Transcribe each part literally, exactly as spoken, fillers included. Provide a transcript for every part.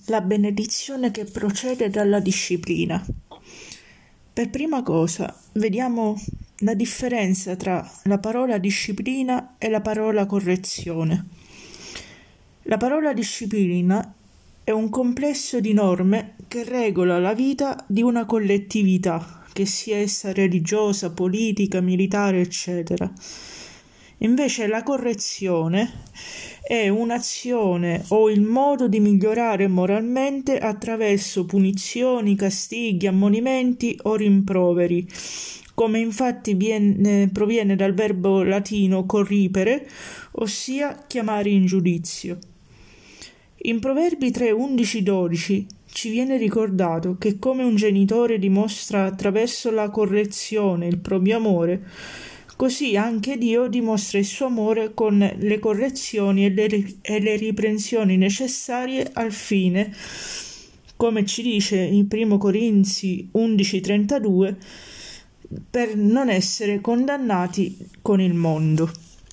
la benedizione che procede dalla disciplina. Per prima cosa, vediamo la differenza tra la parola disciplina e la parola correzione. La parola disciplina è un complesso di norme che regola la vita di una collettività, che sia essa religiosa, politica, militare, eccetera. Invece la correzione è un'azione o il modo di migliorare moralmente attraverso punizioni, castighi, ammonimenti o rimproveri, come infatti viene, proviene dal verbo latino corripere, ossia chiamare in giudizio. In Proverbi tre, undici, dodici ci viene ricordato che come un genitore dimostra attraverso la correzione il proprio amore, così anche Dio dimostra il suo amore con le correzioni e le, e le riprensioni necessarie al fine, come ci dice in primo Corinzi undici trentadue, per non essere condannati con il mondo.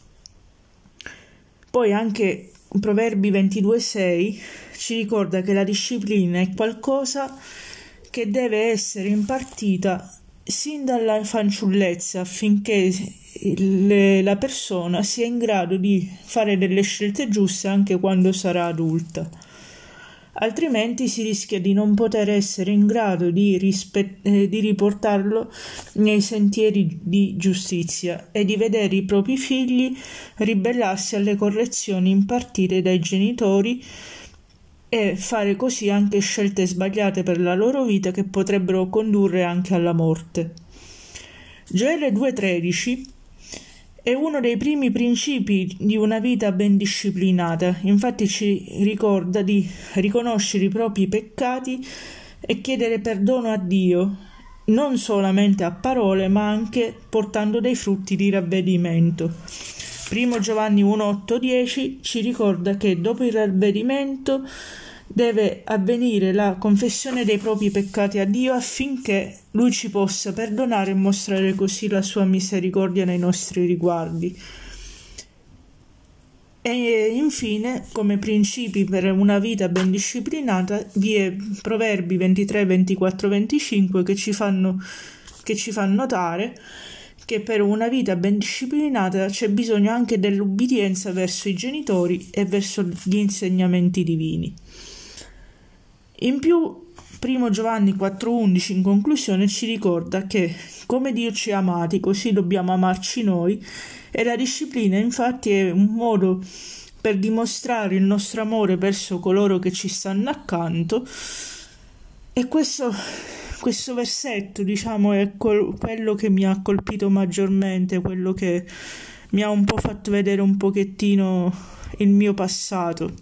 Poi anche Proverbi ventidue sei ci ricorda che la disciplina è qualcosa che deve essere impartita sin dalla fanciullezza affinché le, la persona sia in grado di fare delle scelte giuste anche quando sarà adulta. Altrimenti si rischia di non poter essere in grado di, rispe- eh, di riportarlo nei sentieri di giustizia e di vedere i propri figli ribellarsi alle correzioni impartite dai genitori e fare così anche scelte sbagliate per la loro vita che potrebbero condurre anche alla morte. Gioele due tredici è uno dei primi principi di una vita ben disciplinata, infatti ci ricorda di riconoscere i propri peccati e chiedere perdono a Dio, non solamente a parole ma anche portando dei frutti di ravvedimento. Primo Giovanni uno otto dieci ci ricorda che dopo il ravvedimento deve avvenire la confessione dei propri peccati a Dio affinché Lui ci possa perdonare e mostrare così la sua misericordia nei nostri riguardi. E infine, come principi per una vita ben disciplinata, vi è Proverbi ventitré, ventiquattro, venticinque che ci fanno, che ci fanno notare che per una vita ben disciplinata c'è bisogno anche dell'ubbidienza verso i genitori e verso gli insegnamenti divini. In più, primo Giovanni quattro undici in conclusione ci ricorda che come Dio ci ha amati, così dobbiamo amarci noi, e la disciplina infatti è un modo per dimostrare il nostro amore verso coloro che ci stanno accanto. E questo, questo versetto, diciamo, è col, quello che mi ha colpito maggiormente, quello che mi ha un po' fatto vedere un pochettino il mio passato,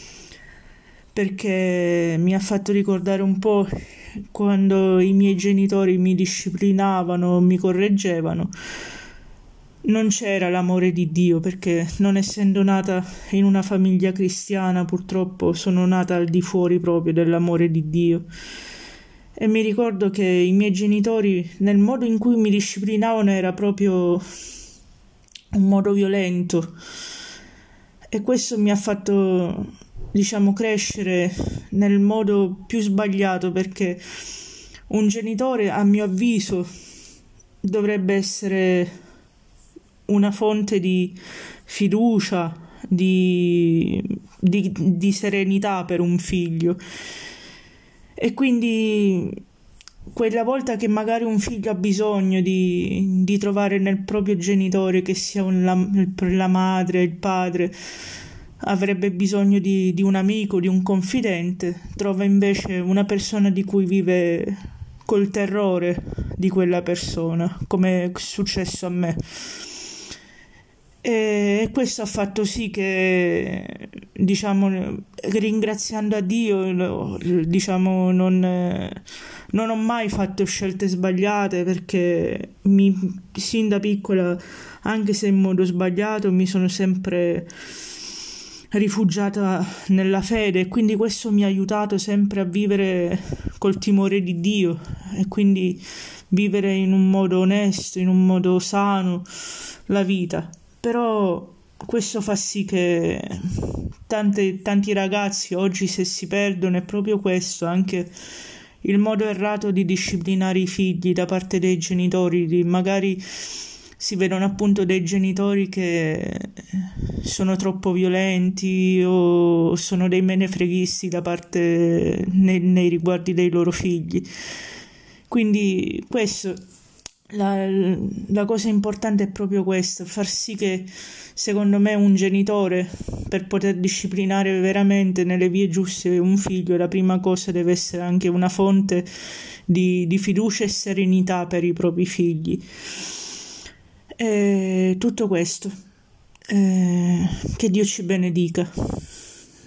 perché mi ha fatto ricordare un po' quando i miei genitori mi disciplinavano, mi correggevano. Non c'era l'amore di Dio, perché non essendo nata in una famiglia cristiana, purtroppo sono nata al di fuori proprio dell'amore di Dio. E mi ricordo che i miei genitori, nel modo in cui mi disciplinavano, era proprio un modo violento. E questo mi ha fatto, diciamo, crescere nel modo più sbagliato, perché un genitore, a mio avviso, dovrebbe essere una fonte di fiducia, di, di, di serenità per un figlio. E quindi quella volta che magari un figlio ha bisogno di, di trovare nel proprio genitore, che sia un, la, la madre, il padre, avrebbe bisogno di, di un amico, di un confidente, trova invece una persona di cui vive col terrore di quella persona, come è successo a me. E questo ha fatto sì che, diciamo, ringraziando a Dio, diciamo, non, non ho mai fatto scelte sbagliate, perché mi, sin da piccola, anche se in modo sbagliato, mi sono sempre rifugiata nella fede, e quindi questo mi ha aiutato sempre a vivere col timore di Dio e quindi vivere in un modo onesto, in un modo sano la vita. Però questo fa sì che tante, tanti ragazzi oggi, se si perdono, è proprio questo, anche il modo errato di disciplinare i figli da parte dei genitori. Di magari si vedono appunto dei genitori che sono troppo violenti o sono dei menefreghisti da parte nei, nei riguardi dei loro figli. Quindi questo, la, la cosa importante è proprio questo, far sì che, secondo me, un genitore, per poter disciplinare veramente nelle vie giuste un figlio, la prima cosa deve essere anche una fonte di, di fiducia e serenità per i propri figli. E tutto questo, eh, che Dio ci benedica.